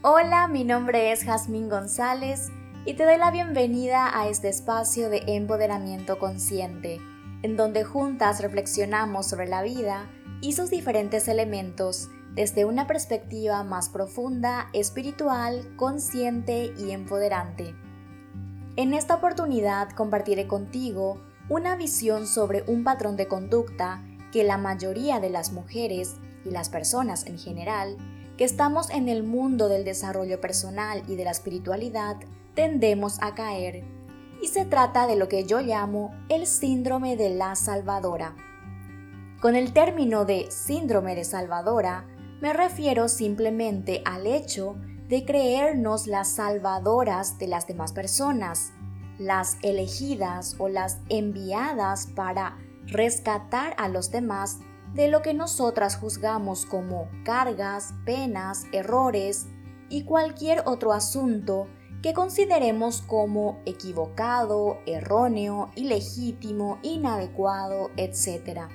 Hola, mi nombre es Jazmín González y te doy la bienvenida a este espacio de empoderamiento consciente, en donde juntas reflexionamos sobre la vida y sus diferentes elementos desde una perspectiva más profunda, espiritual, consciente y empoderante. En esta oportunidad compartiré contigo una visión sobre un patrón de conducta que la mayoría de las mujeres y las personas en general que estamos en el mundo del desarrollo personal y de la espiritualidad tendemos a caer. Y se trata de lo que yo llamo el síndrome de la salvadora. Con el término de síndrome de salvadora me refiero simplemente al hecho de creernos las salvadoras de las demás personas, las elegidas o las enviadas para rescatar a los demás de lo que nosotras juzgamos como cargas, penas, errores y cualquier otro asunto que consideremos como equivocado, erróneo, ilegítimo, inadecuado, etc.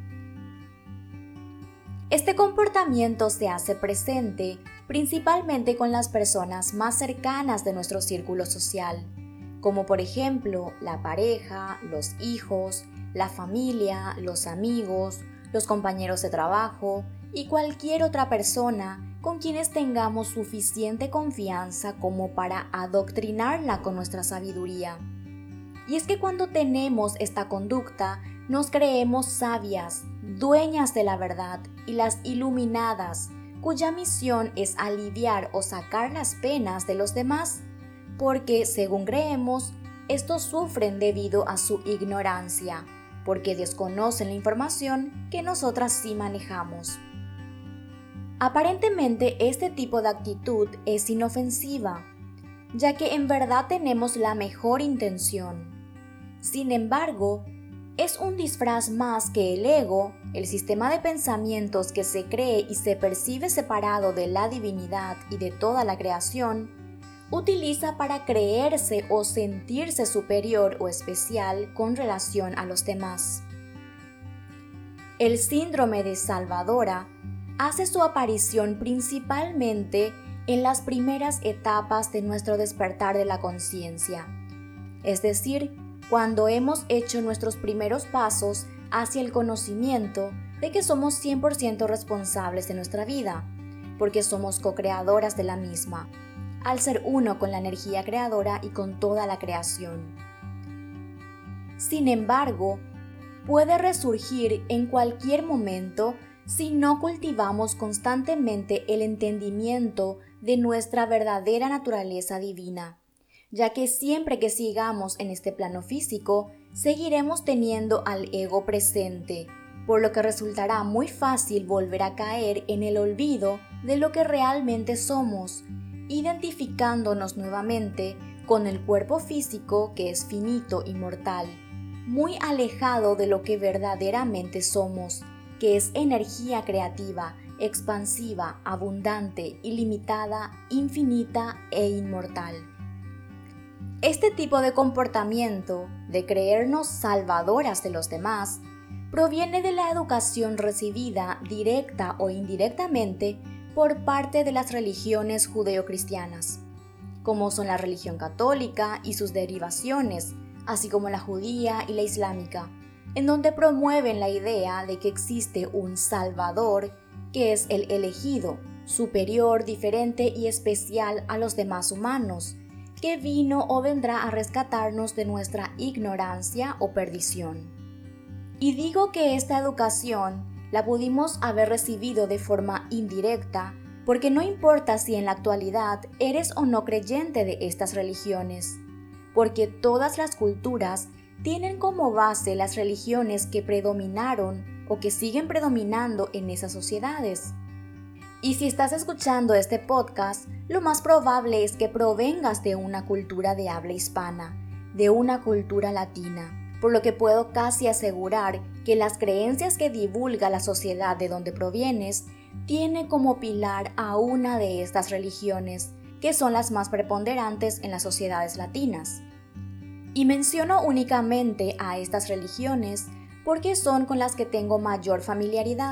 Este comportamiento se hace presente principalmente con las personas más cercanas de nuestro círculo social, como por ejemplo la pareja, los hijos, la familia, los amigos, los compañeros de trabajo y cualquier otra persona con quienes tengamos suficiente confianza como para adoctrinarla con nuestra sabiduría. Y es que cuando tenemos esta conducta, nos creemos sabias, dueñas de la verdad y las iluminadas, cuya misión es aliviar o sacar las penas de los demás, porque, según creemos, estos sufren debido a su ignorancia, porque desconocen la información que nosotras sí manejamos. Aparentemente, este tipo de actitud es inofensiva, ya que en verdad tenemos la mejor intención. Sin embargo, es un disfraz más que el ego, el sistema de pensamientos que se cree y se percibe separado de la divinidad y de toda la creación, utiliza para creerse o sentirse superior o especial con relación a los demás. El síndrome de salvadora hace su aparición principalmente en las primeras etapas de nuestro despertar de la conciencia, es decir, cuando hemos hecho nuestros primeros pasos hacia el conocimiento de que somos 100% responsables de nuestra vida, porque somos co-creadoras de la misma, al ser uno con la energía creadora y con toda la creación. Sin embargo, puede resurgir en cualquier momento si no cultivamos constantemente el entendimiento de nuestra verdadera naturaleza divina, ya que siempre que sigamos en este plano físico, seguiremos teniendo al ego presente, por lo que resultará muy fácil volver a caer en el olvido de lo que realmente somos, identificándonos nuevamente con el cuerpo físico que es finito y mortal, muy alejado de lo que verdaderamente somos, que es energía creativa, expansiva, abundante, ilimitada, infinita e inmortal. Este tipo de comportamiento, de creernos salvadoras de los demás, proviene de la educación recibida directa o indirectamente por parte de las religiones judeocristianas, como son la religión católica y sus derivaciones, así como la judía y la islámica, en donde promueven la idea de que existe un Salvador que es el elegido, superior, diferente y especial a los demás humanos, que vino o vendrá a rescatarnos de nuestra ignorancia o perdición. Y digo que esta educación la pudimos haber recibido de forma indirecta, porque no importa si en la actualidad eres o no creyente de estas religiones, porque todas las culturas tienen como base las religiones que predominaron o que siguen predominando en esas sociedades. Y si estás escuchando este podcast, lo más probable es que provengas de una cultura de habla hispana, de una cultura latina, por lo que puedo casi asegurar que las creencias que divulga la sociedad de donde provienes tiene como pilar a una de estas religiones, que son las más preponderantes en las sociedades latinas. Y menciono únicamente a estas religiones porque son con las que tengo mayor familiaridad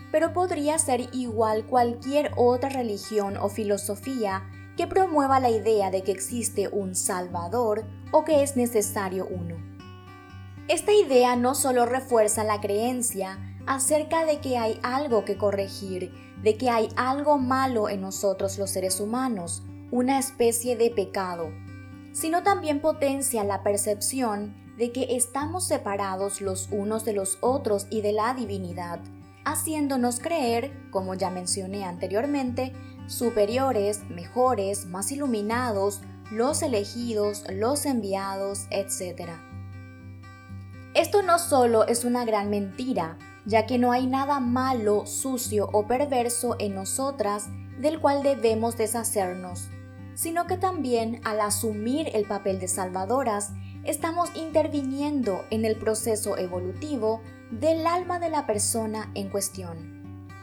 pero podría ser igual cualquier otra religión o filosofía que promueva la idea de que existe un Salvador o que es necesario uno. Esta idea no solo refuerza la creencia acerca de que hay algo que corregir, de que hay algo malo en nosotros los seres humanos, una especie de pecado, sino también potencia la percepción de que estamos separados los unos de los otros y de la divinidad, haciéndonos creer, como ya mencioné anteriormente, superiores, mejores, más iluminados, los elegidos, los enviados, etc. Esto no solo es una gran mentira, ya que no hay nada malo, sucio o perverso en nosotras del cual debemos deshacernos, sino que también al asumir el papel de salvadoras, estamos interviniendo en el proceso evolutivo del alma de la persona en cuestión.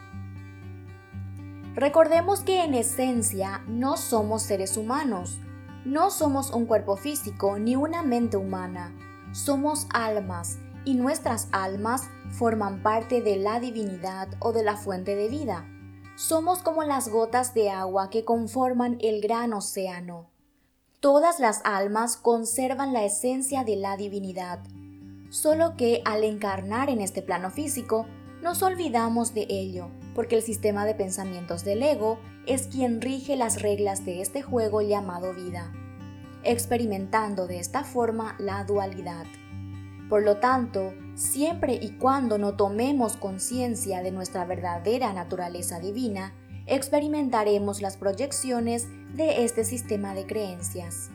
Recordemos que en esencia no somos seres humanos, no somos un cuerpo físico ni una mente humana, somos almas y nuestras almas forman parte de la divinidad o de la fuente de vida. Somos como las gotas de agua que conforman el gran océano. Todas las almas conservan la esencia de la divinidad, solo que al encarnar en este plano físico, nos olvidamos de ello, porque el sistema de pensamientos del ego es quien rige las reglas de este juego llamado vida, experimentando de esta forma la dualidad. Por lo tanto, siempre y cuando no tomemos conciencia de nuestra verdadera naturaleza divina, experimentaremos las proyecciones de este sistema de creencias.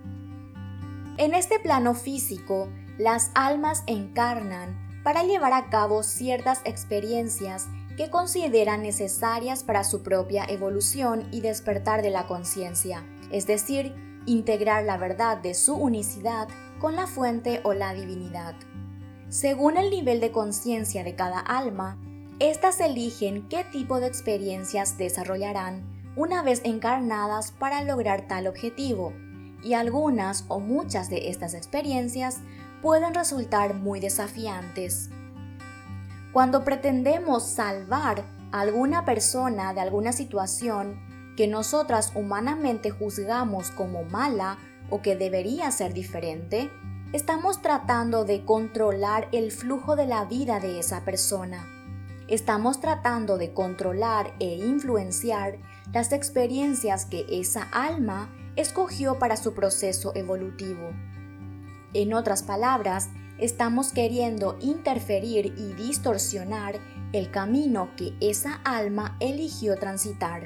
En este plano físico, las almas encarnan para llevar a cabo ciertas experiencias que consideran necesarias para su propia evolución y despertar de la conciencia, es decir, integrar la verdad de su unicidad con la fuente o la divinidad. Según el nivel de conciencia de cada alma, éstas eligen qué tipo de experiencias desarrollarán una vez encarnadas para lograr tal objetivo, y algunas o muchas de estas experiencias pueden resultar muy desafiantes. Cuando pretendemos salvar a alguna persona de alguna situación que nosotras humanamente juzgamos como mala o que debería ser diferente, estamos tratando de controlar el flujo de la vida de esa persona. Estamos tratando de controlar e influenciar las experiencias que esa alma escogió para su proceso evolutivo. En otras palabras, estamos queriendo interferir y distorsionar el camino que esa alma eligió transitar.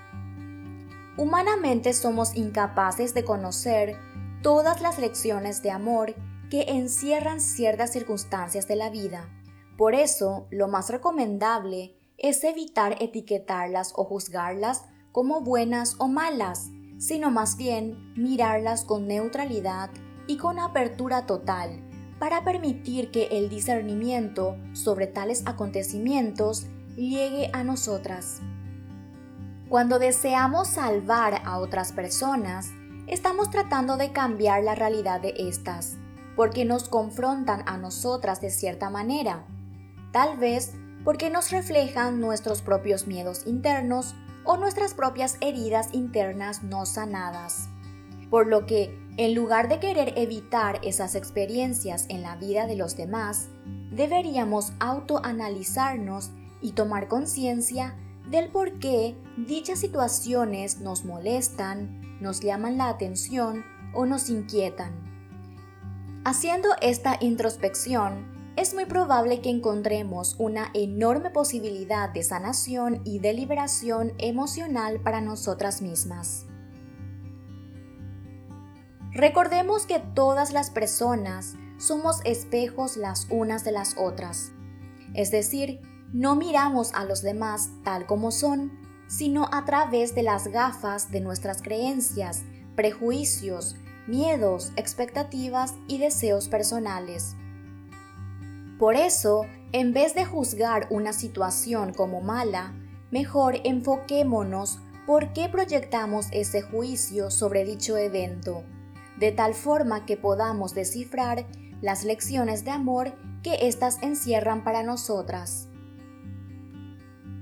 Humanamente somos incapaces de conocer todas las lecciones de amor que encierran ciertas circunstancias de la vida. Por eso, lo más recomendable es evitar etiquetarlas o juzgarlas como buenas o malas, sino más bien mirarlas con neutralidad y con apertura total, para permitir que el discernimiento sobre tales acontecimientos llegue a nosotras. Cuando deseamos salvar a otras personas, estamos tratando de cambiar la realidad de estas, porque nos confrontan a nosotras de cierta manera, tal vez porque nos reflejan nuestros propios miedos internos o nuestras propias heridas internas no sanadas. Por lo que, en lugar de querer evitar esas experiencias en la vida de los demás, deberíamos autoanalizarnos y tomar conciencia del por qué dichas situaciones nos molestan, nos llaman la atención o nos inquietan. Haciendo esta introspección, es muy probable que encontremos una enorme posibilidad de sanación y de liberación emocional para nosotras mismas. Recordemos que todas las personas somos espejos las unas de las otras, es decir, no miramos a los demás tal como son, sino a través de las gafas de nuestras creencias, prejuicios, miedos, expectativas y deseos personales. Por eso, en vez de juzgar una situación como mala, mejor enfoquémonos por qué proyectamos ese juicio sobre dicho evento, de tal forma que podamos descifrar las lecciones de amor que éstas encierran para nosotras.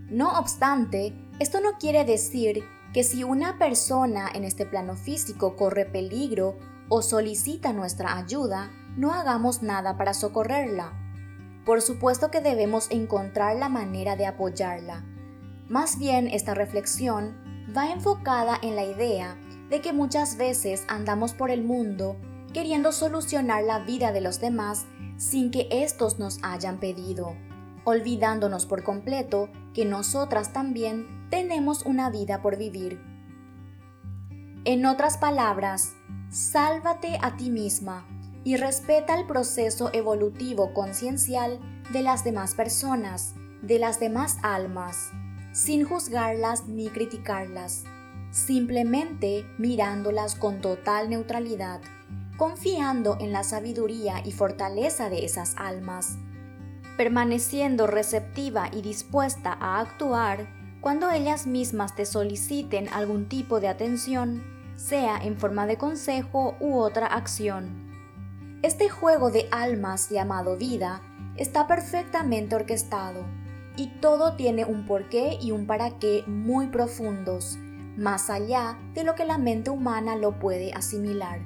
No obstante, esto no quiere decir que si una persona en este plano físico corre peligro o solicita nuestra ayuda, no hagamos nada para socorrerla. Por supuesto que debemos encontrar la manera de apoyarla. Más bien, esta reflexión va enfocada en la idea de que muchas veces andamos por el mundo queriendo solucionar la vida de los demás sin que éstos nos hayan pedido, olvidándonos por completo que nosotras también tenemos una vida por vivir. En otras palabras, sálvate a ti misma y respeta el proceso evolutivo consciencial de las demás personas, de las demás almas, sin juzgarlas ni criticarlas, simplemente mirándolas con total neutralidad, confiando en la sabiduría y fortaleza de esas almas, permaneciendo receptiva y dispuesta a actuar cuando ellas mismas te soliciten algún tipo de atención, sea en forma de consejo u otra acción. Este juego de almas llamado vida está perfectamente orquestado y todo tiene un porqué y un para qué muy profundos, más allá de lo que la mente humana lo puede asimilar.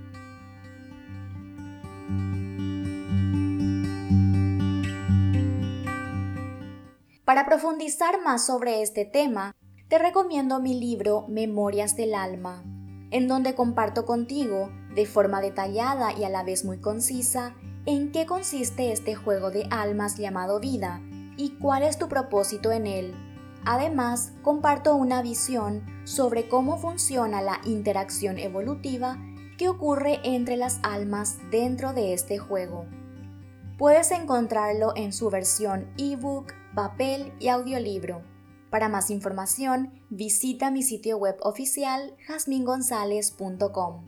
Para profundizar más sobre este tema, te recomiendo mi libro Memorias del Alma, en donde comparto contigo, de forma detallada y a la vez muy concisa, en qué consiste este juego de almas llamado vida y cuál es tu propósito en él. Además, comparto una visión sobre cómo funciona la interacción evolutiva que ocurre entre las almas dentro de este juego. Puedes encontrarlo en su versión ebook, papel y audiolibro. Para más información, visita mi sitio web oficial jasmingonzalez.com.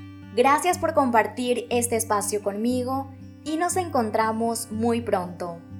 Gracias por compartir este espacio conmigo y nos encontramos muy pronto.